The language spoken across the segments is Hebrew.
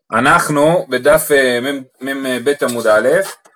אנחנו בדף מ"ב עמוד א',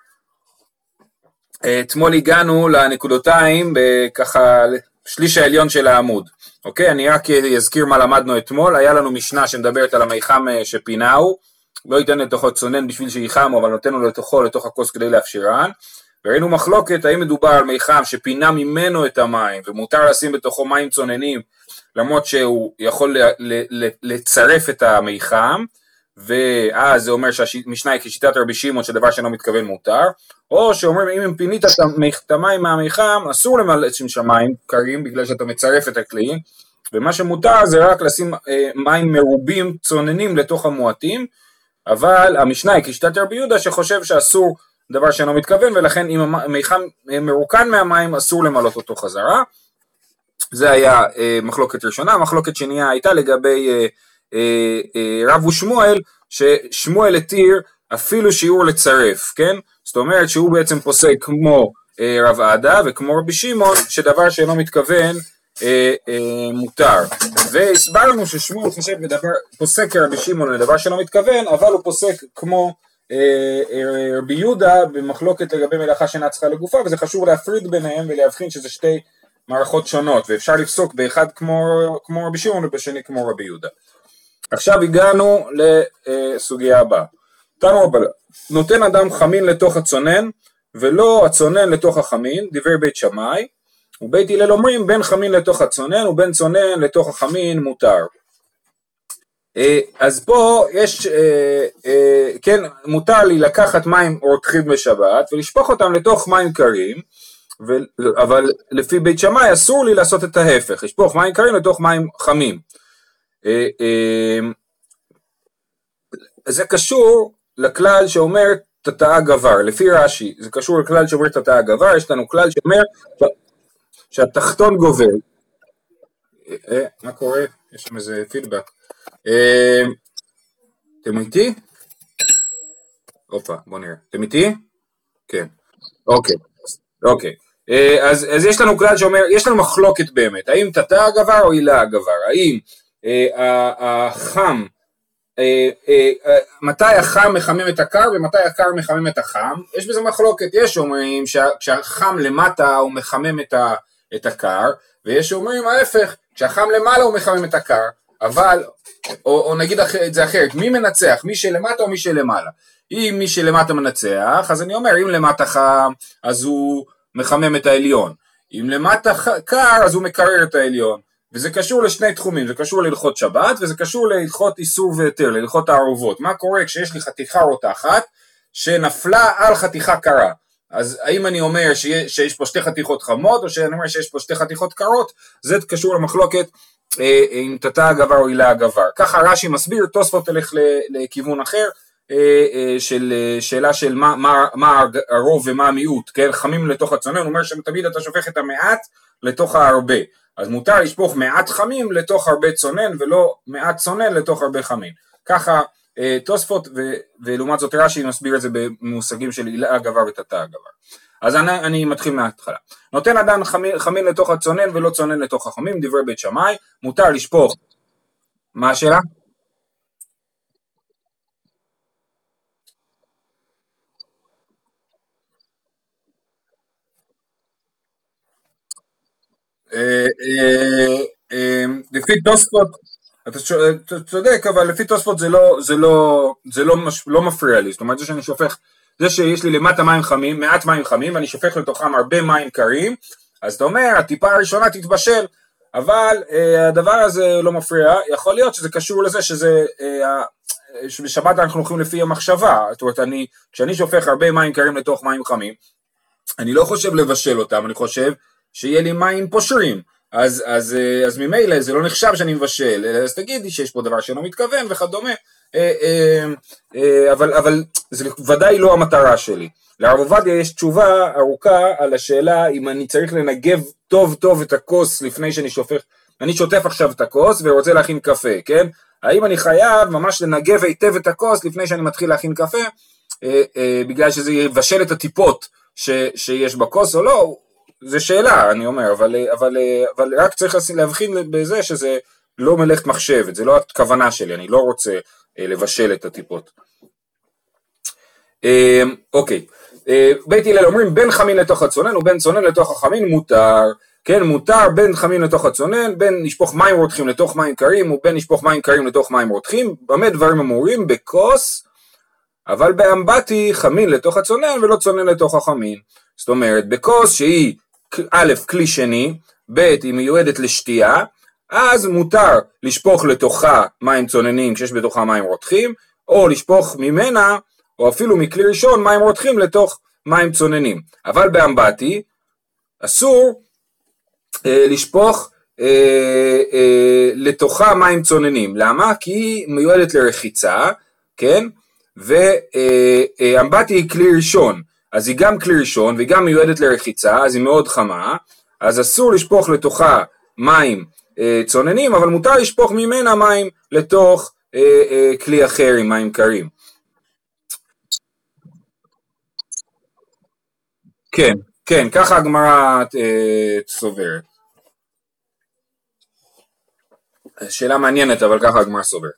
אתמול הגענו לנקודותיים בככה שליש העליון של העמוד. אוקיי, אני רק אזכיר מה למדנו אתמול. היה לנו משנה שמדברת על המיחם שפינהו, לא ייתן לתוכו צונן בשביל שיחמו, אבל נותן לו לתוך הכוס כדי להפשירן. וראינו מחלוקת האם מדובר על מיחם שפינה ממנו את המים ומותר לשים בתוכו מים צוננים, למרות שהוא יכול לצרף את המיחם, ואז זה אומר שהמשנה היא כשיטת רבי שמעון שדבר שאינו מתכוון מותר, או שאומרים אם פינית את המים מהמיחם אסור למלא שם מים קרים בגלל שאתה מצרף את הכלי, ומה שמותר זה רק לשים מים מרובים צוננים לתוך המועטים, אבל המשנה היא כשיטת רבי יהודה שחושב שאסור דבר שאינו מתכוון, ולכן אם המיחם מרוקן מהמים אסור למלות אותו חזרה. זה היה מחלוקת ראשונה. מחלוקת שנייה הייתה לגבי רב ושמואל, ששמואל התיר אפילו שיעור לצרף, כן? זאת אומרת שהוא בעצם פוסק כמו רב עדה וכמו רבי שמעון שדבר שאינו מתכוון מותר, והסברנו ששמואל פוסק כרבי שמעון לדבר שאינו מתכוון, אבל הוא פוסק כמו רבי יהודה במחלוקת לגבי מלאכה שאינה צריכה לגופה, וזה חשוב להפריד ביניהם ולהבחין שזה שתי מערכות שונות, ואפשר לפסוק באחד כמו רבי שמעון ובשני כמו רבי יהודה. עכשיו הגענו לסוגיה הבאה. תנו רבנן, נותן אדם חמין לתוך הצונן ולא הצונן לתוך החמין, דברי בית שמאי, ובית הלל אומרים בין חמין לתוך הצונן ובין צונן לתוך החמין מותר. אז פה יש, כן, מותר לי לקחת מים רותחים בשבת ולשפוך אותם לתוך מים קרים, אבל לפי בית שמאי אסור לי לעשות את ההפך, לשפוך מים קרים לתוך מים חמים. זה קשור לכלל שאומר תתאה גבר, לפי רש"י זה קשור לכלל שאומר תתאה גבר. יש לנו כלל שאומר שהתחתון גובר. מה קורה? יש שם איזה פידבק. אתם איתי? בוא נראה. אתם איתי? כן. אוקיי. אז יש לנו כלל שאומר, יש לנו מחלוקת באמת, האם תתאה גבר או הילה גבר, האם החם, מתי החם מחמם את הקר ומתי הקר מחמם את החם. יש בזה מחלוקת, יש אומרים כשהחם למטה הוא מחמם את הקר, ויש אומרים ההפך, כשהחם למעלה הוא מחמם את הקר. אבל, או נגיד את זה אחרת, מי מנצח, מי שלמטה או מי שלמעלה? אם מי שלמטה מנצח, אז אני אומר, אם למטה חם אז הוא מחמם את העליון, אם למטה קר אז הוא מקרר את העליון. וזה קשור לשני תחומים, זה קשור להלכות שבת וזה קשור להלכות איסור והיתר, להלכות הערובות. מה קורה כשיש לי חתיכה רותחת שנפלה על חתיכה קרה? אז האם אני אומר שיש פה שתי חתיכות חמות, או שאני אומר שיש פה שתי חתיכות קרות? זה קשור למחלוקת אם תתאה גבר או הילה גבר. ככה רש"י מסביר, תוספות הולך לכיוון אחר, של שאלה של מה הרוב ומה המיעוט, כן? חמים לתוך הצונן, הוא אומר שתמיד אתה שופך את המעט לתוך הרבה, אז מותר לשפוך מעט חמים לתוך הרבה צונן, ולא מעט צונן לתוך הרבה חמים. ככה תוספות, ולעומת זאת רש"י מסביר את זה במושגים של הילה גבר ותתאה גבר. אז אני מתחיל מההתחלה. נותן אדם חמין לתוך הצונן ולא צונן לתוך החמים, דברי בית שמאי, מותר לשפוך. מה השאלה? לפי תוספות, אתה צודק, אבל לפי תוספות זה לא מפריע לי. זאת אומרת, זה שאני שופך, זה שיש לי למטה מים חמים, מעט מים חמים, ואני שופך לתוכם הרבה מים קרים, אז אתה אומר, הטיפה הראשונה תתבשל, אבל הדבר הזה לא מפריע. יכול להיות שזה קשור לזה שבשבת אנחנו הולכים לפי המחשבה. זאת אומרת, כשאני שופך הרבה מים קרים לתוך מים חמים, אני לא חושב לבשל אותם, אני חושב שיהיה לי מים פושרים, אז ממילא זה לא נחשב שאני מבשל, אז תגידי שיש פה דבר שאינו מתכוון וכדומה, אבל זה ודאי לא המטרה שלי. לרב עובדיה יש תשובה ארוכה על השאלה אם אני צריך לנגב טוב טוב את הכוס לפני שאני שופך. אני שוטף עכשיו את הכוס ורוצה להכין קפה, כן? האם אני חייב ממש לנגב היטב את הכוס לפני שאני מתחיל להכין קפה, בגלל שזה יבשל את הטיפות שיש בכוס או לא? זה שאלה, אני אומר, אבל רק צריך להבחין בזה שזה לא מלאכת מחשבת, זה לא הכוונה שלי, אני לא רוצה לבשל את הטיפות. אוקיי, בית הלל אומרים בין חמין לתוך הצונן ובין צונן לתוך החמין מותר, כן, מותר בין חמין לתוך הצונן, בין לשפוך מים רותחים לתוך מים קרים ובין לשפוך מים קרים לתוך מים רותחים. במה דברים אמורים? בכוס, אבל באמבטי חמין לתוך הצונן ולא צונן לתוך החמין. זאת אומרת, בכוס שהיא א' כלי שני, ב' היא מיועדת לשתייה, אז מותר לשפוך לתוכה מים צוננים כשיש בתוכה מים רותחים, או לשפוך ממנה, או אפילו מכלי ראשון, מים רותחים לתוך מים צוננים. אבל באמבטי אסור לשפוך לתוכה מים צוננים. למה? כי היא מיועדת לרחיצה, כן? ואמבטי היא כלי ראשון, אז היא גם כלי ראשון והיא גם מיועדת לרחיצה, אז היא מאוד חמה, אז אסור לשפוך לתוכה מים צוננים, אבל מותר לשפוך ממנה מים לתוך כלי אחר עם מים קרים. כן, כן, ככה הגמרא סוברת. שאלה מעניינת, אבל ככה הגמרא סוברת.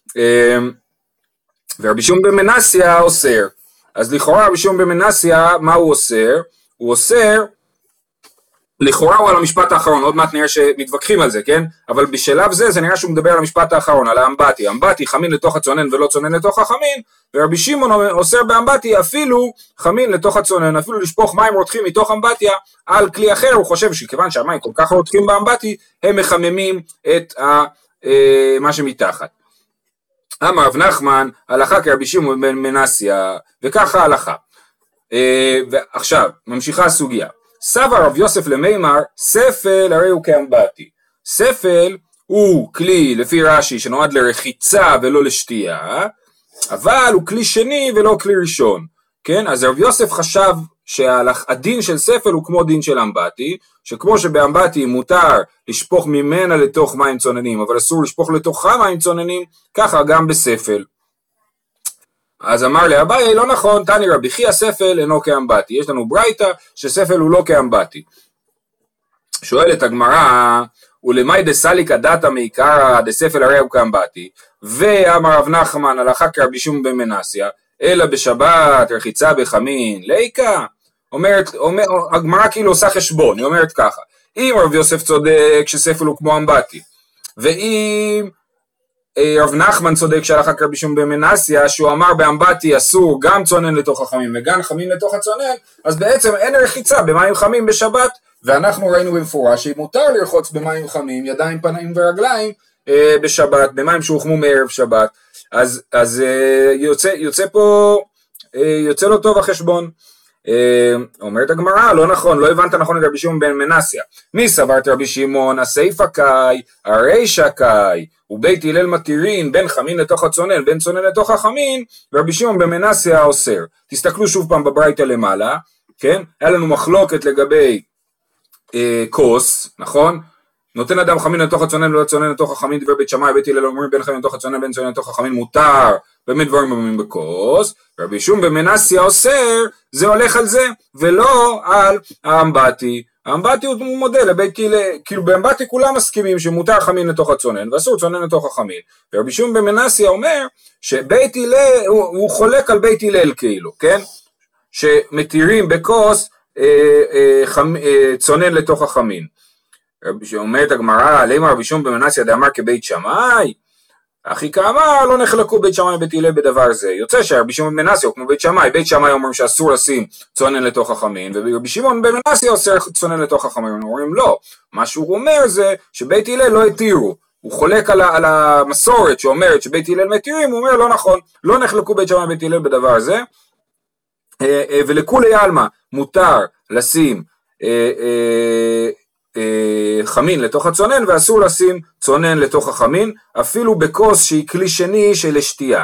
ורבי שמעון בן מנסיה אוסר. אז לכאורה רבי שמעון בן מנסיה, מה הוא אוסר? הוא אוסר, לכאורה הוא על המשפט האחרון, עוד מעט נראה שמתווכחים על זה, כן? אבל בשלב זה, זה נראה שהוא מדבר על המשפט האחרון, על האמבטי. האמבטי חמין לתוך הצונן ולא צונן לתוך החמין, ורבי שמעון אוסר באמבטי אפילו חמין לתוך הצונן, אפילו לשפוך מים רותחים מתוך אמבטיה על כלי אחר. הוא חושב שכיוון שהמים כל כך רותחים באמבטי, הם מחממים את מה שמתחת. אמר רב נחמן, הלכה כרבי שמעון בן מנסיה, וככה הלכה. ועכשיו, ממשיכה הסוגיה. סבר רב יוסף למימר, ספל הרי הוא כאמבטי. ספל הוא כלי לפי רש"י שנועד לרחיצה ולא לשתייה, אבל הוא כלי שני ולא כלי ראשון. כן? אז רב יוסף חשב שהדין של ספל הוא כמו דין של אמבטי, שכמו שבאמבטי מותר לשפוך ממנה לתוך מים צוננים, אבל אסור לשפוך לתוכה מים צוננים, ככה גם בספל. אז אמר לאביי, לא נכון, תני רבי חייא ספל אינו כאמבטי. יש לנו ברייתא שספל הוא לא כאמבטי. שואלת הגמרא, ולמאי דסליקא דתא מעיקרא דספל הרי הוא כאמבטי, ואמר רב נחמן הלכה כרבי שמעון בן מנסיה, אלא בשבת רחיצה בחמין ליקה. הגמרא כאילו עושה חשבון, היא אומרת ככה, אם רב יוסף צודק שספל הוא כמו אמבטי, ואם רב נחמן צודק שהלכה כרבי שמעון בן מנסיה שהוא אמר באמבטי אסור גם צונן לתוך החמין וגם חמין לתוך הצונן, אז בעצם אין רחיצה במים חמים בשבת, ואנחנו ראינו במפורש שמותר לרחוץ במים חמים, ידיים, פנים ורגליים בשבת, במים שהוחמו מערב שבת. אז יוצא לו טוב החשבון. אומרת הגמרא, לא נכון, לא הבנת נכון את רבי שמעון בן מנסיה. מי סברת רבי שמעון? הסיפא קאי, הרישא קאי, ובית הלל מתירין בין חמין לתוך הצונן, בין צונן לתוך החמין, ורבי שמעון בן מנסיה אוסר. תסתכלו שוב פעם בברייתא למעלה, כן? היה לנו מחלוקת לגבי כוס, נכון? נותן אדם חמין לתוך הצונן ולא צונן לתוך החמין, דבר בית שמאי, בית הלל אומרים בין חמין לתוך הצונן, בין צונן לתוך החמין מותר, באמת דברים אומרים בכוס. רבי שמעון בן מנסיה אוסר, זה הולך על זה, ולא על האמבטי. האמבטי הוא מודל לבית הלל, כאילו באמבטי כולם מסכימים שמותר חמין לתוך הצונן, ואסור צונן לתוך החמין. ורבי שמעון בן מנסיה אומר, שבית הלל, הוא חולק על בית הלל כאילו, כן? שמתירים בכוס צונן לתוך החמין. אומרת הגמרא, למה רבי שמעון בן מנסיה דאמר כבית שמאי? אחי כאמר, לא נחלקו בית שמאי ובית הלל בדבר זה. יוצא שרבי שמעון בן מנסיה הוא כמו בית שמאי, בית שמאי אומרים שאסור לשים צונן לתוך החמין, ורבי שמעון בן מנסיה אוסר צונן לתוך החמין. אומרים לא, מה שהוא אומר זה שבית הלל לא התירו, הוא חולק על המסורת שאומרת שבית הלל מתירים, הוא אומר לא נכון, לא נחלקו בית שמאי ובית הלל בדבר זה, ולכולי עלמא מותר לשים חמין לתוך הצונן, ואסור לשים צונן לתוך החמין, אפילו בכוס שהיא כלי שני של השתייה.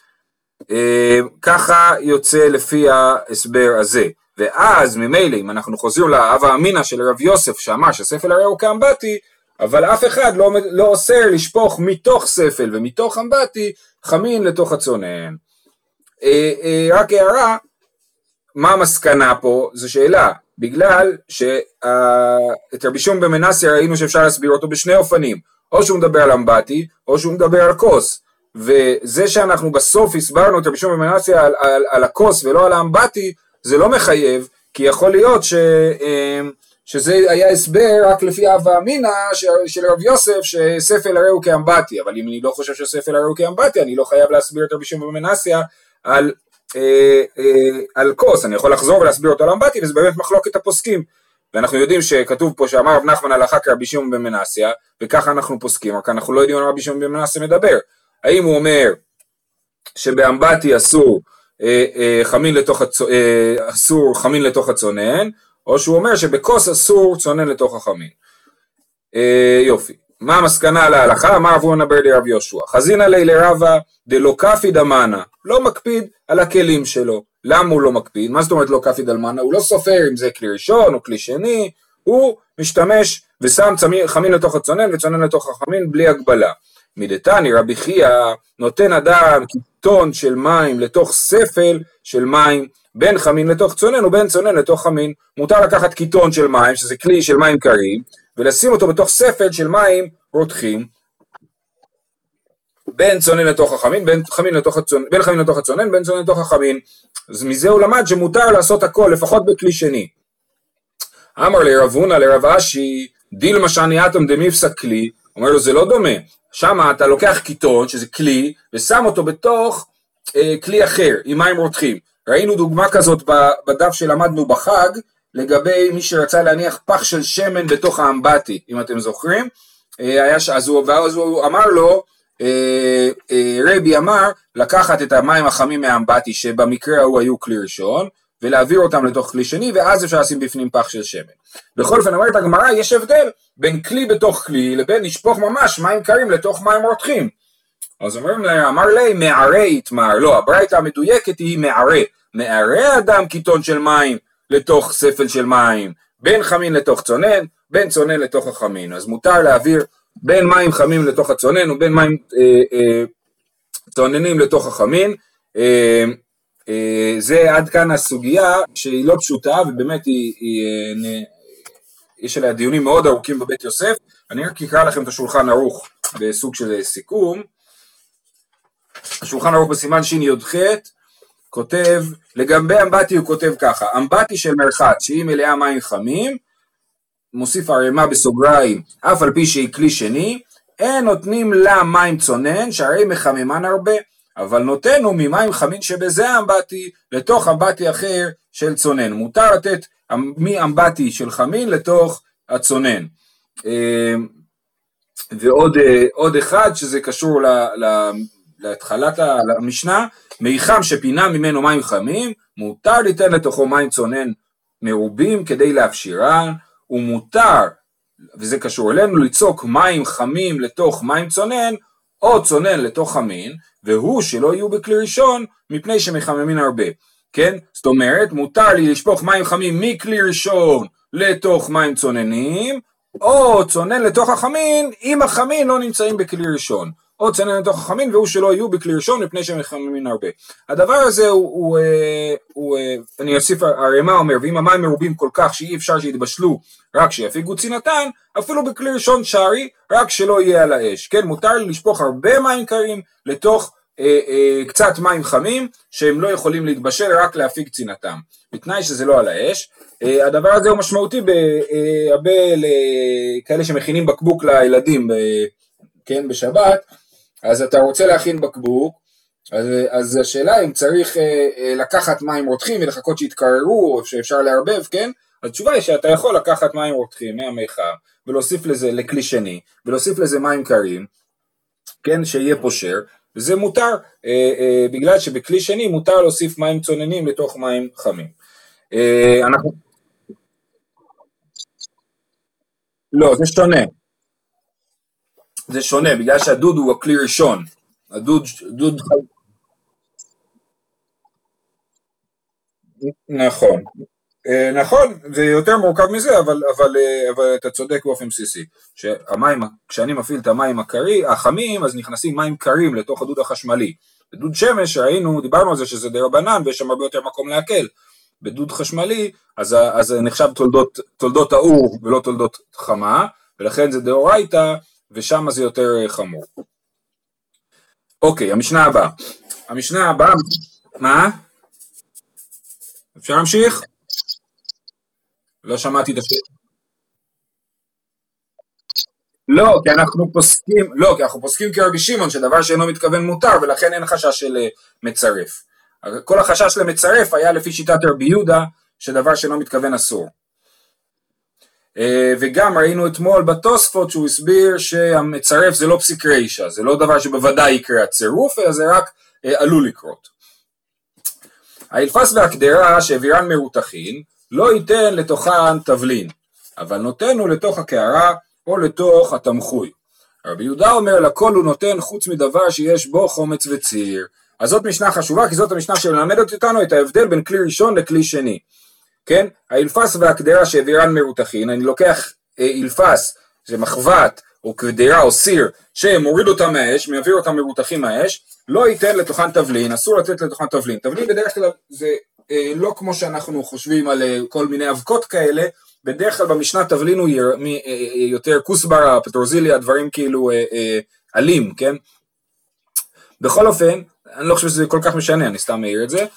ככה יוצא לפי ההסבר הזה. ואז ממילא, אם אנחנו חוזרים להווה אמינא של רב יוסף, שאמר שספל הרי הוא כאמבטי, אבל אף אחד לא אוסר לשפוך מתוך ספל ומתוך אמבטי חמין לתוך הצונן. רק הערה, מה המסקנה פה? זו שאלה. בגלל שאת רבי שמעון בן מנסיה ראינו שאפשר להסביר אותו בשני אופנים, או שהוא מדבר על אמבטי, או שהוא מדבר על כוס, וזה שאנחנו בסוף הסברנו את רבי שמעון בן מנסיה על הכוס ולא על האמבטי, זה לא מחייב, כי יכול להיות שזה היה הסבר רק לפי הווה אמינא של רב יוסף, שספל הרי הוא כאמבטי, אבל אם אני לא חושב שספל הרי הוא כאמבטי, אני לא חייב להסביר את רבי שמעון בן מנסיה על כוס, אני יכול לחזור ולהסביר אותו על אמבטי, וזה באמת מחלוקת הפוסקים, ואנחנו יודעים שכתוב פה שאמר רב נחמן הלכה כרבי שמעון בן מנסיה, וככה אנחנו פוסקים, רק אנחנו לא יודעים על רבי שמעון בן מנסיה מדבר, האם הוא אומר שבאמבטי אסור חמין לתוך הצונן, או שהוא אומר שבכוס אסור צונן לתוך החמין. יופי. מה המסקנה להלכה? אמר רב הונא בר דרב יהושע, חזינא ליה לרבא דלא קפיד אמנא, לא מקפיד על הכלים שלו. למה הוא לא מקפיד? מה זאת אומרת לא קפיד אמנא? הוא לא סופר אם זה כלי ראשון או כלי שני, הוא משתמש ושם חמין לתוך הצונן וצונן לתוך החמין בלי הגבלה. מדתני רבי חייא נותן אדם קיתון של מים לתוך ספל של מים, בין חמין לתוך צונן ובין צונן לתוך חמין. מותר לקחת קיתון של מים, שזה כלי של מים קרים, ולשים אותו בתוך ספל של מים רותחים, בין צונן לתוך החמין, בין חמין לתוך הצונן, בין צונן לתוך החמין. אז מזה הוא למד שמותר לעשות הכל, לפחות בכלי שני. אמר לרב הונא לרב אשי, דילמה שענייתם דמפסק כלי, אומר לו זה לא דומה, שמה אתה לוקח קיתון שזה כלי, ושם אותו בתוך כלי אחר, עם מים רותחים. ראינו דוגמה כזאת בדף שלמדנו בחג, לגבי מי שרצה להניח פח של שמן בתוך האמבטי, אם אתם זוכרים, אז הוא אמר לו, רבי אמר, לקחת את המים החמים מהאמבטי, שבמקרה ההוא היו כלי ראשון, ולהעביר אותם לתוך כלי שני, ואז אפשר לשים בפנים פח של שמן. בכל אופן אומרת הגמרא, יש הבדל בין כלי בתוך כלי, לבין לשפוך ממש מים קרים לתוך מים רותחים. אז אומרים לה, אמר לי, מערה יתמר, לא, הברייתא המדויקת היא מערה, מערה אדם קיתון של מים לתוך ספל של מים, בין חמין לתוך צונן, בין צונן לתוך החמין, אז מותר להעביר בין מים חמים לתוך הצונן, ובין מים צוננים לתוך החמין. זה עד כאן הסוגיה שהיא לא פשוטה, ובאמת יש עליה דיונים מאוד ארוכים בבית יוסף. אני רק אקרא לכם את השולחן ערוך בסוג של סיכום. השולחן ערוך בסימן שי"ח כותב, לגבי אמבטי הוא כותב ככה, אמבטי של מרחץ שהיא מלאה מים חמים, מוסיף הרמה בסוגריים, אף על פי שהיא כלי שני, אין נותנים לה מים צונן, שהרי מחממן הרבה, אבל נותנו ממים חמים שבזה האמבטי, לתוך אמבטי אחר של צונן. מותר לתת מאמבטי של חמין לתוך הצונן. ועוד אחד שזה קשור להתחלת המשנה, מיחם שפינה ממנו מים חמים, מותר ליתן לתוכו מים צונן מרובים כדי להפשירן, ומותר, וזה קשור אלינו, ליצוק מים חמים לתוך מים צונן, או צונן לתוך חמין, והוא שלא יהיו בכלי ראשון, מפני שמחממין הרבה. כן? זאת אומרת, מותר לי לשפוך מים חמים מכלי ראשון לתוך מים צוננים, או צונן לתוך החמין, אם החמין לא נמצאים בכלי ראשון. או צונן לתוך החמין, והוא שלא יהיו בכלי ראשון, מפני שמחממין הרבה. הדבר הזה אני אוסיף, הרמה אומר, ואם המים מרובים כל כך שאי אפשר שיתבשלו, רק שיפיגו צינתן, אפילו בכלי ראשון שרי, רק שלא יהיה על האש. כן, מותר לי לשפוך הרבה מים קרים לתוך קצת מים חמים, שהם לא יכולים להתבשל רק להפיג צינתם. בתנאי שזה לא על האש. הדבר הזה הוא משמעותי הרבה לכאלה שמכינים בקבוק לילדים, כן, בשבת, אז אתה רוצה להכין בקבוק, אז השאלה אם צריך לקחת מים רותחים ולחכות שיתקררו, או שאפשר לערבב, כן? התשובה היא שאתה יכול לקחת מים רותחים מהמיכה, ולהוסיף לזה לכלי שני, ולהוסיף לזה מים קרים, כן, שיהיה פושר, וזה מותר, בגלל שבכלי שני מותר להוסיף מים צוננים לתוך מים חמים. לא, זה שונה. זה שונה, בגלל שהדוד הוא הכלי ראשון. הדוד... נכון. נכון, זה יותר מורכב מזה, אבל אתה צודק באופן בסיסי. שהמים, כשאני מפעיל את המים החמים, אז נכנסים מים קרים לתוך הדוד החשמלי. בדוד שמש, ראינו, דיברנו על זה שזה דרבנן, ויש שם הרבה יותר מקום להקל. בדוד חשמלי, אז נחשב תולדות האור, ולא תולדות חמה, ולכן זה דאורייתא, ושם זה יותר חמור. אוקיי, המשנה הבאה. המשנה הבאה, מה? אפשר להמשיך? לא שמעתי את השאלה. לא, כי אנחנו פוסקים כרבי שמעון שדבר שאינו מתכוון מותר, ולכן אין חשש של מצרף. כל החשש למצרף היה לפי שיטת רבי יהודה, שדבר שאינו מתכוון אסור. וגם ראינו אתמול בתוספות שהוא הסביר שהמצרף זה לא פסיק רישא, זה לא דבר שבוודאי יקרה הצירוף, אלא זה רק עלול לקרות. האלפס והקדרה שהעבירן מרותחין, לא ייתן לתוכן תבלין, אבל נותנו לתוך הקערה או לתוך התמחוי. רבי יהודה אומר, לכל הוא נותן חוץ מדבר שיש בו חומץ וציר. אז זאת משנה חשובה, כי זאת המשנה שמלמדת אותנו את ההבדל בין כלי ראשון לכלי שני. כן? האלפס והקדרה שהעבירן מרותחין, אני לוקח אלפס, זה מחבת או קדרה או סיר, שמוריד אותם מהאש, מעביר אותם מרותחים מהאש, לא ייתן לתוכן תבלין, אסור לתת לתוכן תבלין. תבלין בדרך כלל זה לא כמו שאנחנו חושבים על כל מיני אבקות כאלה, בדרך כלל במשנה תבלין הוא יותר כוסברה, פטרוזיליה, דברים כאילו עלים, כן? בכל אופן, אני לא חושב שזה כל כך משנה, אני סתם מעיר את זה,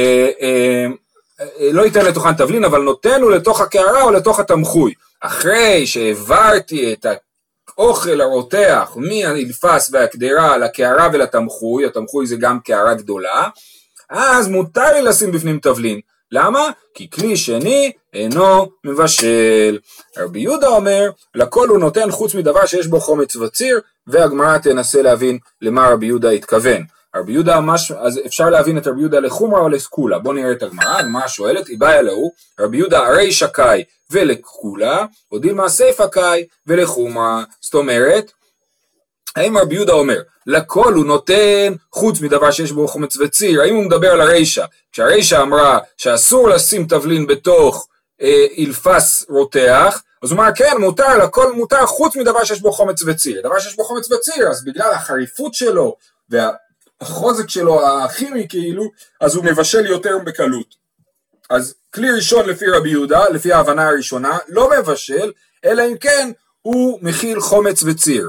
לא ייתן לתוכן תבלין, אבל נותנו לתוך הקערה או לתוך התמחוי. אחרי שהעברתי את האוכל הרותח מהאלפס והקדרה לקערה ולתמחוי, התמחוי זה גם קערה גדולה, אז מותר לי לשים בפנים תבלין. למה? כי כלי שני אינו מבשל. רבי יהודה אומר, לכל הוא נותן חוץ מדבר שיש בו חומץ וציר, והגמרא תנסה להבין למה רבי יהודה התכוון. רבי יהודה, אז אפשר להבין את רבי יהודה לחומרה או לסקולה. בואו נראה את הגמרא. הגמרא שואלת, איבאי אלוהו, רבי יהודה הרי שקאי ולקולה, או דילמה סיפא קאי ולחומרה. זאת אומרת, האם רבי יהודה אומר, לכל הוא נותן חוץ מדבר שיש בו חומץ וציר? האם הוא מדבר על הרישא? כשהרישא אמרה שאסור לשים תבלין בתוך אלפס רותח, אז הוא אומר, כן, מותר, לכל מותר חוץ מדבר שיש בו חומץ וציר. דבר שיש בו חומץ וציר, אז בגלל החריפות שלו והחוזק שלו הכימי כאילו, אז הוא מבשל יותר בקלות. אז כלי ראשון לפי רבי יהודה, לפי ההבנה הראשונה, לא מבשל, אלא אם כן הוא מכיל חומץ וציר.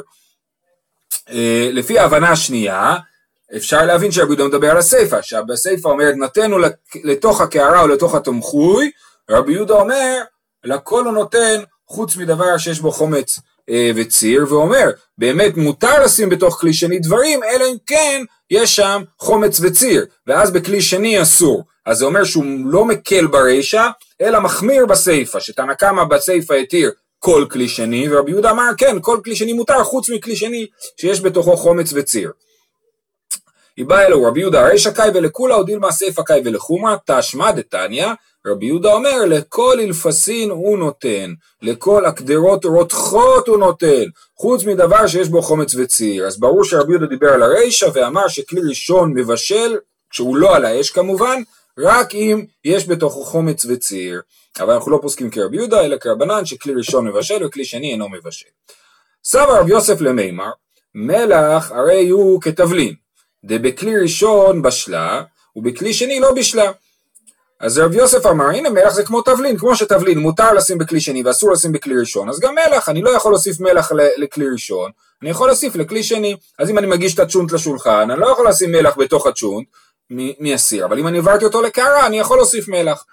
לפי ההבנה השנייה, אפשר להבין שרבי יהודה מדבר על הסיפא, שהסיפא אומרת נתנו לתוך הקערה או לתוך התמחוי, רבי יהודה אומר לכל הוא נותן חוץ מדבר שיש בו חומץ וציר, ואומר באמת מותר לשים בתוך כלי שני דברים, אלא אם כן יש שם חומץ וציר, ואז בכלי שני אסור. אז זה אומר שהוא לא מקל ברישא, אלא מחמיר בסיפא, שתנא קמא בסיפא התיר כל כלי שני, ורבי יהודה אמר כן, כל כלי שני מותר חוץ מכלי שני שיש בתוכו חומץ וציר. איבאי אלוהו רבי יהודה הרי שקאי ולקולה, או דילמה סיפא קאי ולחומרה, תשמע דתניא, רבי יהודה אומר לכל אלפסין הוא נותן, לכל הקדרות רותחות הוא נותן, חוץ מדבר שיש בו חומץ וציר. אז ברור שרבי יהודה דיבר על הרישא ואמר שכלי ראשון מבשל, כשהוא לא על האש כמובן, רק אם יש בתוכו חומץ וציר. אבל אנחנו לא פוסקים כרבי יהודה, אלא כרבנן שכלי ראשון מבשל וכלי שני אינו מבשל. סבר רב יוסף למימר, מלח הרי הוא כתבלין, דבכלי ראשון בשלה, ובכלי שני לא בשלה. אז רב יוסף אמר, הנה מלח זה כמו תבלין, כמו שתבלין מותר לשים בכלי שני ואסור לשים בכלי ראשון, אז גם מלח, אני לא יכול להוסיף מלח לכלי ראשון, אני יכול להוסיף לכלי שני. אז אם אני מגיש את הצ'ונט לשולחן, אני לא יכול לשים מלח בתוך הצ'ונט, מהסיר, אבל אם אני עברתי אותו לקערה, אני יכול להוסיף מלח.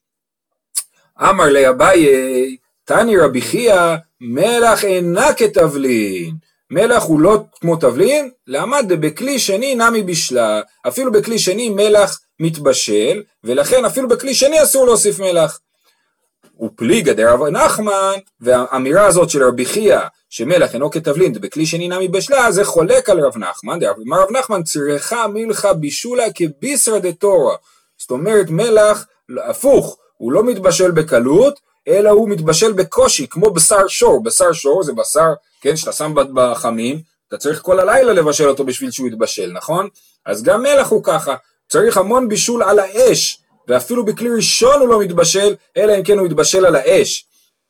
אמר לי אביי, תני רבי חייא, מלח אינה כתבלין. מלח הוא לא כמו תבלין, לעמד בכלי שני נמי בשלה, אפילו בכלי שני מלח מתבשל, ולכן אפילו בכלי שני אסור להוסיף מלח. ופליגא דרב נחמן, והאמירה הזאת של רבי חייא, שמלח אינו כתבלין, בכלי שני נמי בשלה, זה חולק על רב נחמן, רב נחמן צריכה מלחה בישולה כביסרא דתורא. זאת אומרת מלח, הפוך, הוא לא מתבשל בקלות, אלא הוא מתבשל בקושי, כמו בשר שור. בשר שור זה בשר, כן, שאתה שם בחמים, אתה צריך כל הלילה לבשל אותו בשביל שהוא יתבשל, נכון? אז גם מלח הוא ככה, צריך המון בישול על האש, ואפילו בכלי ראשון הוא לא מתבשל, אלא אם כן הוא יתבשל על האש.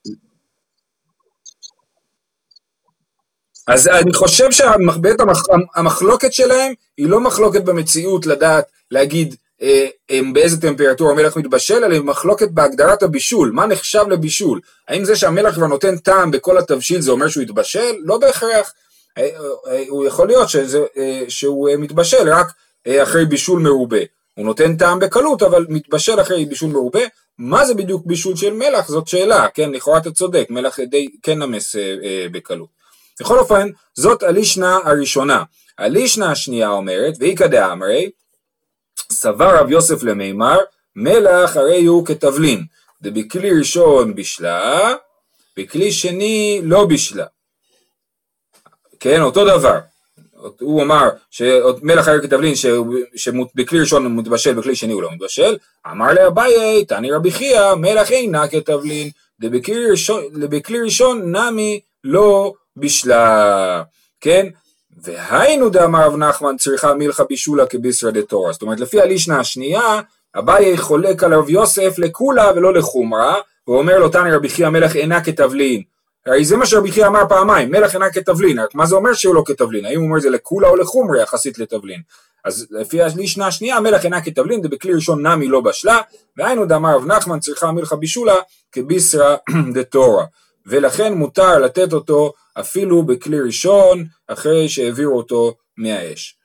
אז אני חושב שהמחלוקת שלהם, היא לא מחלוקת במציאות לדעת, להגיד, באיזה טמפרטורה המלח מתבשל, אלא מחלוקת בהגדרת הבישול, מה נחשב לבישול? האם זה שהמלח כבר נותן טעם בכל התבשיל זה אומר שהוא יתבשל? לא בהכרח. הוא יכול להיות שהוא מתבשל רק אחרי בישול מרובה. הוא נותן טעם בקלות, אבל מתבשל אחרי בישול מרובה. מה זה בדיוק בישול של מלח? זאת שאלה, כן, לכאורה אתה צודק, מלח די כן נמס בקלות. בכל אופן, זאת הלישנה הראשונה. הלישנה השנייה אומרת, ואיכא דאמרי, סבר רב יוסף למימר, מלח הרי הוא כתבלין, דבכלי ראשון בשלה, בכלי שני לא בשלה. כן, אותו דבר. הוא אמר שמלח הרי כתבלין שבכלי ראשון הוא מתבשל, בכלי שני הוא לא מתבשל. אמר לאביי, תני רבי חייא, מלח אינה כתבלין, דבכלי ראשון נמי לא בשלה. כן? והיינו דאמר רב נחמן צריכה מלחה בישולה כביסרא דתורא. זאת אומרת, לפי הלישנה השנייה, אביי חולק על רב יוסף לכולה ולא לחומרה, והוא אומר לו, תני רבי חייא, מלח אינה כתבלין. הרי זה מה שרבי חייא אמר פעמיים, מלח אינה כתבלין, רק מה זה אומר שהוא לא כתבלין? האם הוא אומר זה לכולה או לחומרה יחסית לתבלין? אז לפי הלישנה השנייה, מלח אינה כתבלין, בכלי ראשון נמי לא בשלה, והיינו דאמר רב נחמן צריכה מלחה בישולה כביסרא דתורא. ולכן מותר לתת אותו אפילו בכלי ראשון, אחרי שהעבירו אותו מהאש.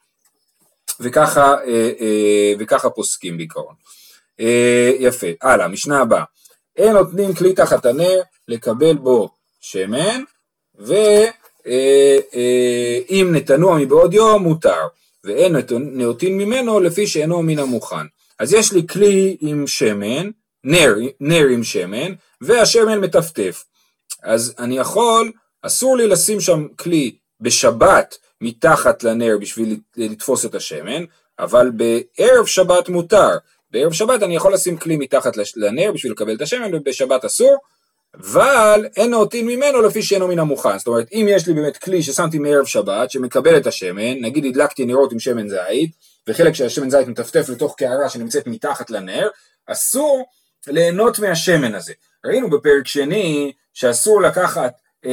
וככה פוסקים בעיקרון. יפה, הלאה, משנה הבאה. אין נותנים כלי תחת הנר לקבל בו שמן, ואם נתנוע מבעוד יום מותר, ואין נאותין ממנו לפי שאינו מן המוכן. אז יש לי כלי עם שמן, נר עם שמן, והשמן מטפטף. אז אני יכול, אסור לי לשים שם כלי בשבת מתחת לנר בשביל לתפוס את השמן, אבל בערב שבת מותר. בערב שבת אני יכול לשים כלי מתחת לנר בשביל לקבל את השמן, ובשבת אסור, אבל אין נאותין ממנו לפי שאינו מן המוכן. זאת אומרת, אם יש לי באמת כלי ששמתי מערב שבת שמקבל את השמן, נגיד הדלקתי נרות עם שמן זית, וחלק של השמן זית מטפטף לתוך קערה שנמצאת מתחת לנר, אסור ליהנות מהשמן הזה. ראינו בפרק שני שאסור לקחת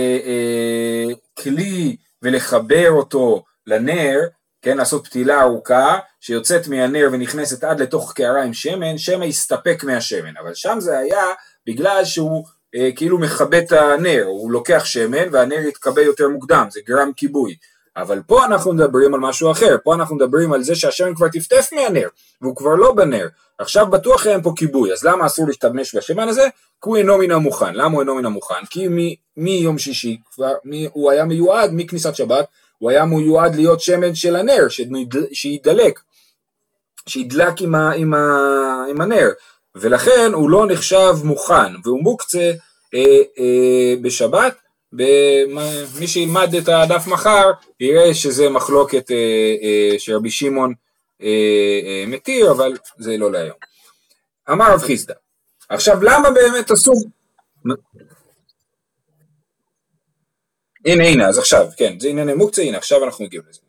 כלי ולחבר אותו לנר, כן, לעשות פתילה ארוכה שיוצאת מהנר ונכנסת עד לתוך קערה עם שמן, שמא יסתפק מהשמן, אבל שם זה היה בגלל שהוא כאילו מכבה את הנר, הוא לוקח שמן והנר יתקבה יותר מוקדם, זה גרם כיבוי. אבל פה אנחנו מדברים על משהו אחר, פה אנחנו מדברים על זה שהשמן כבר תפטף מהנר, והוא כבר לא בנר, עכשיו בטוח אין פה כיבוי, אז למה אסור להשתמש בשמן הזה? כי הוא אינו מן המוכן. למה הוא אינו מן המוכן? כי מיום שישי, הוא היה מיועד, מכניסת שבת, הוא היה מיועד להיות שמן של הנר, שידלק עם הנר, ולכן הוא לא נחשב מוכן, והוא מוקצה בשבת. מי שילמד את הדף מחר יראה שזה מחלוקת שרבי שמעון מתיר, אבל זה לא להיום. אמר רב חיסדא, עכשיו למה באמת אסור? הנה, אז עכשיו, כן, זה ענייני מוקצה, הנה, עכשיו אנחנו מגיעים לזה.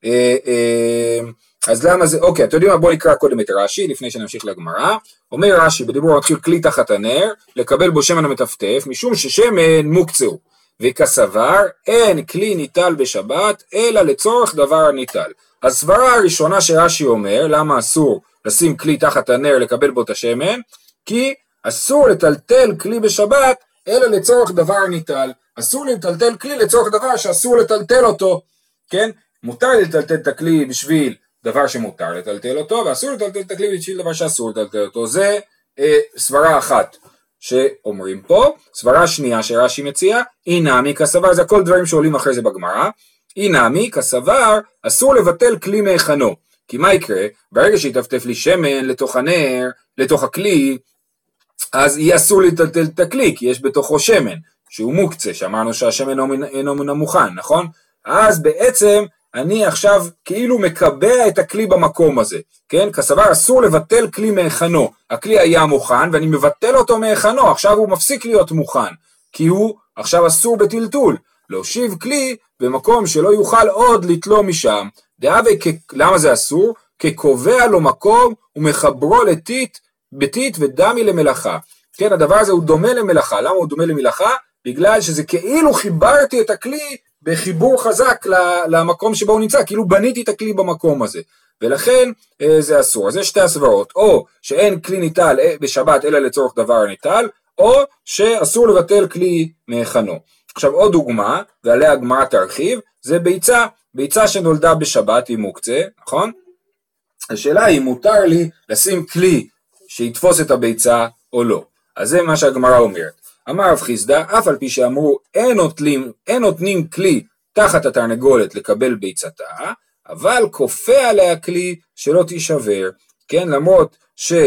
אז למה זה, אוקיי, אתם יודעים מה, בואו נקרא קודם את רש"י, לפני שנמשיך לגמרא. אומר רש"י, בדיבור מתחיל כלי תחת הנר, לקבל בו שמן המטפטף, משום ששמן מוקצהו, וכסבר, אין כלי ניטל בשבת, אלא לצורך דבר ניטל. הסברה הראשונה שרש"י אומר, למה אסור לשים כלי תחת הנר, לקבל בו את השמן, כי אסור לטלטל כלי בשבת, אלא לצורך דבר ניטל. אסור לטלטל כלי לצורך דבר שאסור לטלטל אותו, כן? מותר לטלטל את הכלי בשביל דבר שמותר לטלטל אותו, ואסור לטלטל את הכלי בשביל דבר שאסור לטלטל אותו. זה סברה אחת שאומרים פה. סברה שנייה שרש"י מציע, אינמי כסבר, זה הכל דברים שעולים אחרי זה בגמרא, אינמי כסבר, אסור לבטל כלי מהיכנו. כי מה יקרה? ברגע שיטפטף לי שמן לתוך הנר, לתוך הכלי, אז יהיה אסור לטלטל את הכלי, כי יש בתוכו שמן, שהוא מוקצה, שאמרנו שהשמן אינו מן המוכן, נכון? אז בעצם אני עכשיו כאילו מקבע את הכלי במקום הזה, כן? כסבר אסור לבטל כלי מהיכנו, הכלי היה מוכן ואני מבטל אותו מהיכנו, עכשיו הוא מפסיק להיות מוכן, כי הוא עכשיו אסור בטלטול, להושיב כלי במקום שלא יוכל עוד לתלוא משם, למה זה אסור? כקובע לו מקום ומחברו לטיט ודמי למלאכה, כן? הדבר הזה הוא דומה למלאכה, למה הוא דומה למלאכה? בגלל שזה כאילו חיברתי את הכלי בחיבור חזק למקום שבו הוא נמצא, כאילו בניתי את הכלי במקום הזה, ולכן זה אסור. אז יש שתי הסברות, או שאין כלי ניטל בשבת אלא לצורך דבר ניטל, או שאסור לבטל כלי מהיכנו. עכשיו עוד דוגמה, ועליה הגמרא תרחיב, זה ביצה שנולדה בשבת היא מוקצה, נכון? השאלה היא, מותר לי לשים כלי שיתפוס את הביצה או לא? אז זה מה שהגמרא אומרת. אמר רב חיסדא, אף על פי שאמרו אין נותנים כלי תחת התרנגולת לקבל ביצתה, אבל כופה עליה כלי שלא תישבר, כן? למרות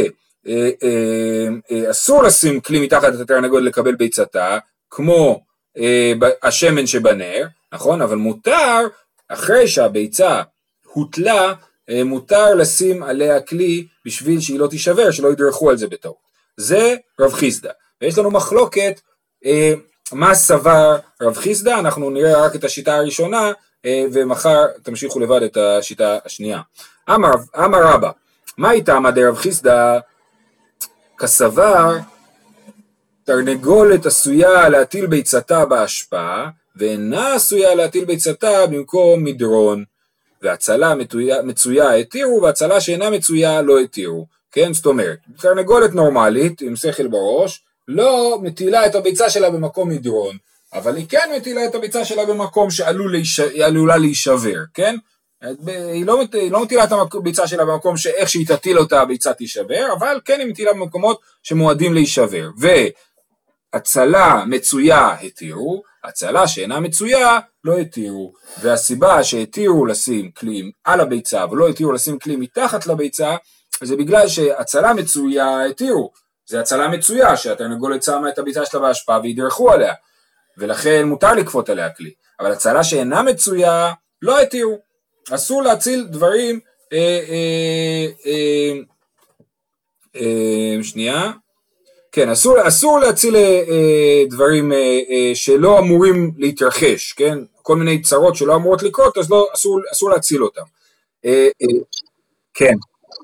שאסור לשים כלי מתחת התרנגולת לקבל ביצתה, כמו השמן שבנר, נכון? אבל מותר, אחרי שהביצה הוטלה, מותר לשים עליה כלי בשביל שהיא לא תישבר, שלא ידרכו על זה בטעות. זה רב חיסדא. ויש לנו מחלוקת מה סבר רב חיסדא, אנחנו נראה רק את השיטה הראשונה, ומחר תמשיכו לבד את השיטה השנייה. אמר רבא, מה איתה עמד רב חיסדא? כסבר, תרנגולת עשויה להטיל ביצתה באשפה, ואינה עשויה להטיל ביצתה במקום מדרון, והצלה מצויה התירו, והצלה שאינה מצויה לא התירו. כן, זאת אומרת, תרנגולת נורמלית עם שכל בראש, לא מטילה את הביצה שלה במקום מדרון, אבל היא כן מטילה את הביצה שלה במקום שעלולה להישבר, כן? היא לא מטילה את הביצה שלה במקום שאיך שהיא תטיל אותה הביצה תישבר, אבל כן היא מטילה במקומות שמועדים להישבר. והצלה מצויה התירו, הצלה שאינה מצויה לא התירו, והסיבה שהתירו לשים כלי על הביצה ולא התירו לשים כלי מתחת לביצה, זה בגלל שהצלה מצויה התירו, זה הצלה מצויה שהתרנגולת שמה את הביצה שלה בהשפעה וידרכו עליה, ולכן מותר לקפות עליה כלי, אבל הצלה שאינה מצויה לא התירו, אסור להציל דברים, שנייה, כן, אסור להציל דברים שלא אמורים להתרחש, כן, כל מיני צרות שלא אמורות לקרות, אז לא, אסור להציל אותם, כן.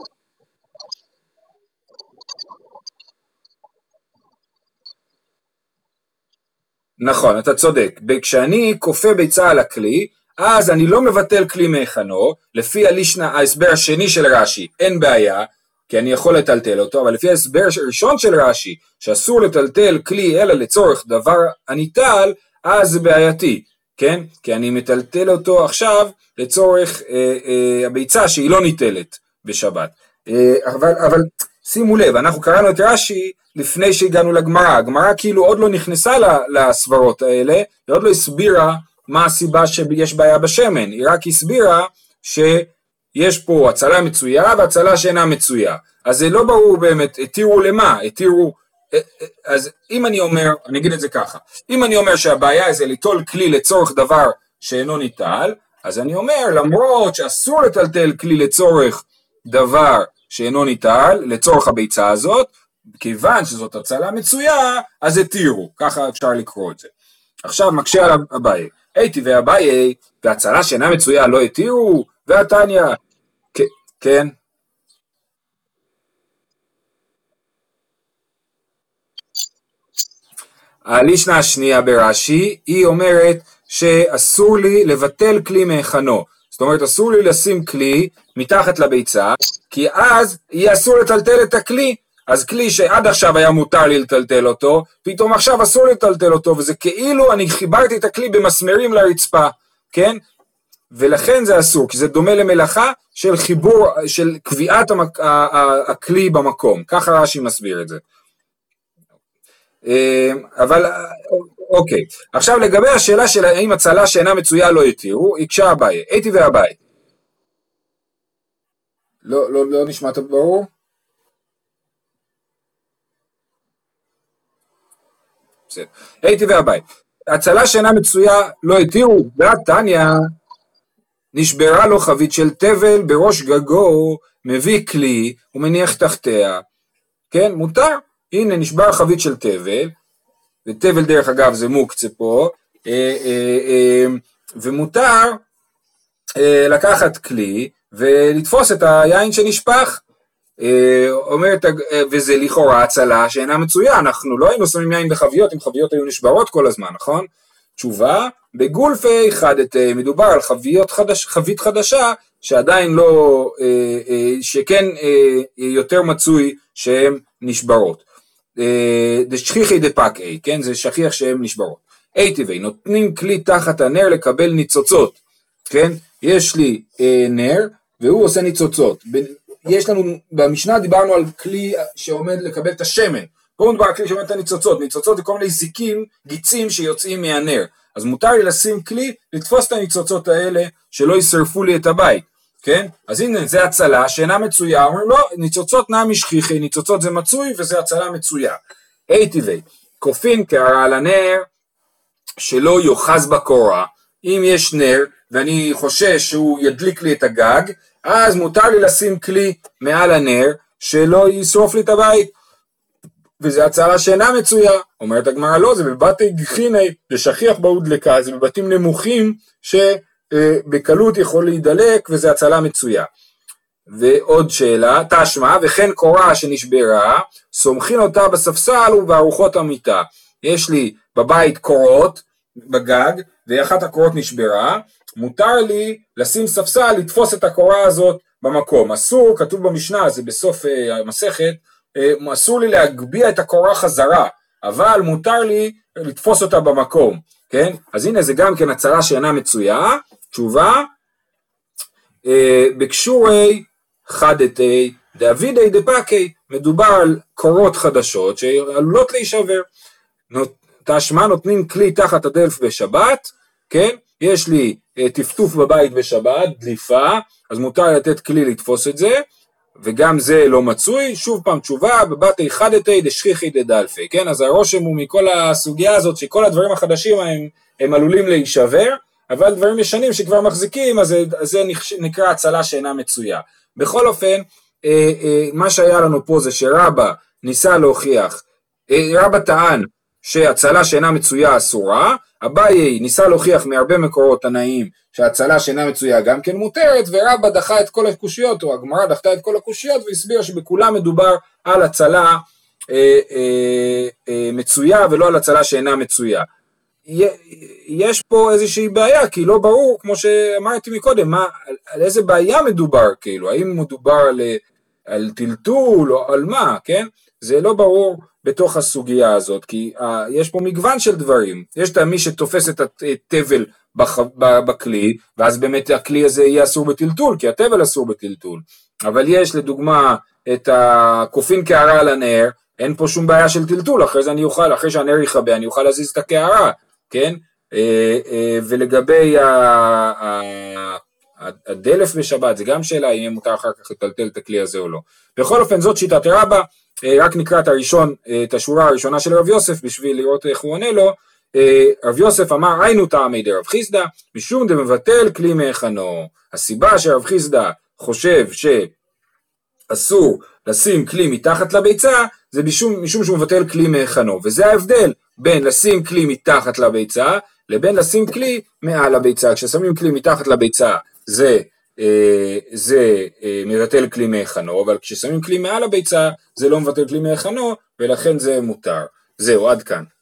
נכון, אתה צודק. כשאני כופה ביצה על הכלי, אז אני לא מבטל כלי מהיכנו, לפי ההסבר השני של רש"י, אין בעיה, כי אני יכול לטלטל אותו, אבל לפי ההסבר הראשון של רש"י, שאסור לטלטל כלי אלא לצורך דבר הניטל, אז זה בעייתי, כן? כי אני מטלטל אותו עכשיו לצורך הביצה שהיא לא ניטלת בשבת. אבל שימו לב, אנחנו קראנו את רש"י לפני שהגענו לגמרא, הגמרא כאילו עוד לא נכנסה לסברות האלה, היא עוד לא הסבירה מה הסיבה שיש בעיה בשמן, היא רק הסבירה שיש פה הצלה מצויה והצלה שאינה מצויה, אז זה לא ברור באמת, התירו למה, אז אם אני אומר, אני אגיד את זה ככה, אם אני אומר שהבעיה זה ליטול כלי לצורך דבר שאינו ניטל, אז אני אומר למרות שאסור לטלטל כלי לצורך דבר שאינו ניטל, לצורך הביצה הזאת, כיוון שזאת הצלה מצויה, אז התירו, ככה אפשר לקרוא את זה. עכשיו מקשה על אביי, הייתי ואביי, והצלה שאינה מצויה לא התירו, והתניא, כן. הלישנה השנייה ברש"י, היא אומרת שאסור לי לבטל כלי מהיכנו, זאת אומרת אסור לי לשים כלי מתחת לביצה, כי אז יהיה אסור לטלטל את הכלי, אז כלי שעד עכשיו היה מותר לי לטלטל אותו, פתאום עכשיו אסור לטלטל אותו, וזה כאילו אני חיברתי את הכלי במסמרים לרצפה, כן? ולכן זה אסור, כי זה דומה למלאכה של חיבור, של קביעת הכלי במקום, ככה רש"י מסביר את זה. אבל אוקיי, עכשיו לגבי השאלה של האם הצלה שאינה מצויה לא יתירו, הקשה אביי, הייתי ואביי. לא נשמע טוב ברור? בסדר. הייתי ואביי, הצלה שאינה מצויה לא יתירו, והתניא נשברה לו חבית של תבל בראש גגו, מביא כלי ומניח תחתיה, כן, מותר, הנה נשבר חבית של תבל, ותבל דרך אגב זה מוקצה פה, ומותר לקחת כלי ולתפוס את היין שנשפך, אומרת, וזה לכאורה הצלה שאינה מצויה, אנחנו לא היינו שמים יין בחביות, אם חביות היו נשברות כל הזמן, נכון? תשובה, בגולפי חדתי, מדובר על חבית חדשה, שעדיין לא, שכן יותר מצוי שהן נשברות. דשכיחי דפקאי, כן, זה שכיח שהן נשברות. הייתי נותנים כלי תחת הנר לקבל ניצוצות, כן? יש לי נר, והוא עושה ניצוצות. יש לנו, במשנה דיברנו על כלי שעומד לקבל את השמן, פה מדובר על כלי שעומד את הניצוצות, ניצוצות זה כל מיני זיקים, גיצים שיוצאים מהנר, אז מותר לי לשים כלי, לתפוס את הניצוצות האלה, שלא ישרפו לי את הבית, כן? אז הנה, זה הצלה שאינה מצויה, אומרים לא, ניצוצות נמי שכיחי, ניצוצות זה מצוי, וזה הצלה מצויה. טבעי, כופין קערה על הנר, שלא יוחז בקורה, אם יש נר, ואני חושש שהוא ידליק לי את הגג, אז מותר לי לשים כלי מעל הנר, שלא ישרוף לי את הבית, וזה הצלה שאינה מצויה, אומרת הגמרא לא, זה בבתי גיחיני, זה שכיח בהודלקה, זה בבתים נמוכים, שבקלות יכול להידלק, וזה הצלה מצויה. ועוד שאלה, תשמע, וכן קורה שנשברה, סומכין אותה בספסל ובארוחות המיטה. יש לי בבית קורות, בגג, ואחת הקורות נשברה, מותר לי לשים ספסל, לתפוס את הקורה הזאת במקום. אסור, כתוב במשנה, זה בסוף המסכת, אסור לי להגביע את הקורה חזרה, אבל מותר לי לתפוס אותה במקום, כן? אז הנה זה גם כן הצלה שאינה מצויה, תשובה, בקשורי חדתי דאבידי דפקי, מדובר על קורות חדשות שעלולות להישבר, תשמע נותנים כלי תחת הדלף בשבת, כן? יש לי טפטוף בבית בשבת, דליפה, אז מותר לתת כלי לתפוס את זה, וגם זה לא מצוי, שוב פעם תשובה, בבתי חדתי דשכיחי דדלפי, כן? אז הרושם הוא מכל הסוגיה הזאת, שכל הדברים החדשים הם עלולים להישבר, אבל דברים ישנים שכבר מחזיקים, אז זה נקרא הצלה שאינה מצויה. בכל אופן, מה שהיה לנו פה זה שרבא ניסה להוכיח, רבא טען שהצלה שאינה מצויה אסורה, אביי ניסה להוכיח מהרבה מקורות תנאים שהצלה שאינה מצויה גם כן מותרת, ורבא דחה את כל הקושיות, או הגמרא דחתה את כל הקושיות, והסביר שבכולם מדובר על הצלה מצויה ולא על הצלה שאינה מצויה. יש פה איזושהי בעיה, כי לא ברור, כמו שאמרתי מקודם, על איזה בעיה מדובר, כאילו, האם מדובר על טלטול או על מה, כן? זה לא ברור בתוך הסוגיה הזאת, כי יש פה מגוון של דברים, יש את מי שתופס את הטבל בכלי, ואז באמת הכלי הזה יהיה אסור בטלטול, כי הטבל אסור בטלטול, אבל יש לדוגמה את הקופין קערה על הנר, אין פה שום בעיה של טלטול, אחרי זה אני אוכל, אחרי שהנר יחבא, אני אוכל להזיז את הקערה, כן? ולגבי הדלף בשבת, זה גם שאלה, אם מותר אחר כך לטלטל את הכלי הזה או לא. בכל אופן, זאת שיטת רבא, רק נקרא את השורה הראשונה של רב יוסף, בשביל לראות איך הוא עונה לו. רב יוסף אמר, היינו טעמי דרב חיסדא, משום דמבטל כלי מהיכנו. הסיבה שרב חיסדא חושב שאסור לשים כלי מתחת לביצה, זה משום שהוא מבטל כלי מהיכנו, וזה ההבדל בין לשים כלי מתחת לביצה, לבין לשים כלי מעל הביצה. כששמים כלי מתחת לביצה, זה מבטל כלי מהיכנו, אבל כששמים כלי מעל הביצה, זה לא מבטל כלי מהיכנו, ולכן זה מותר. זהו, עד כאן.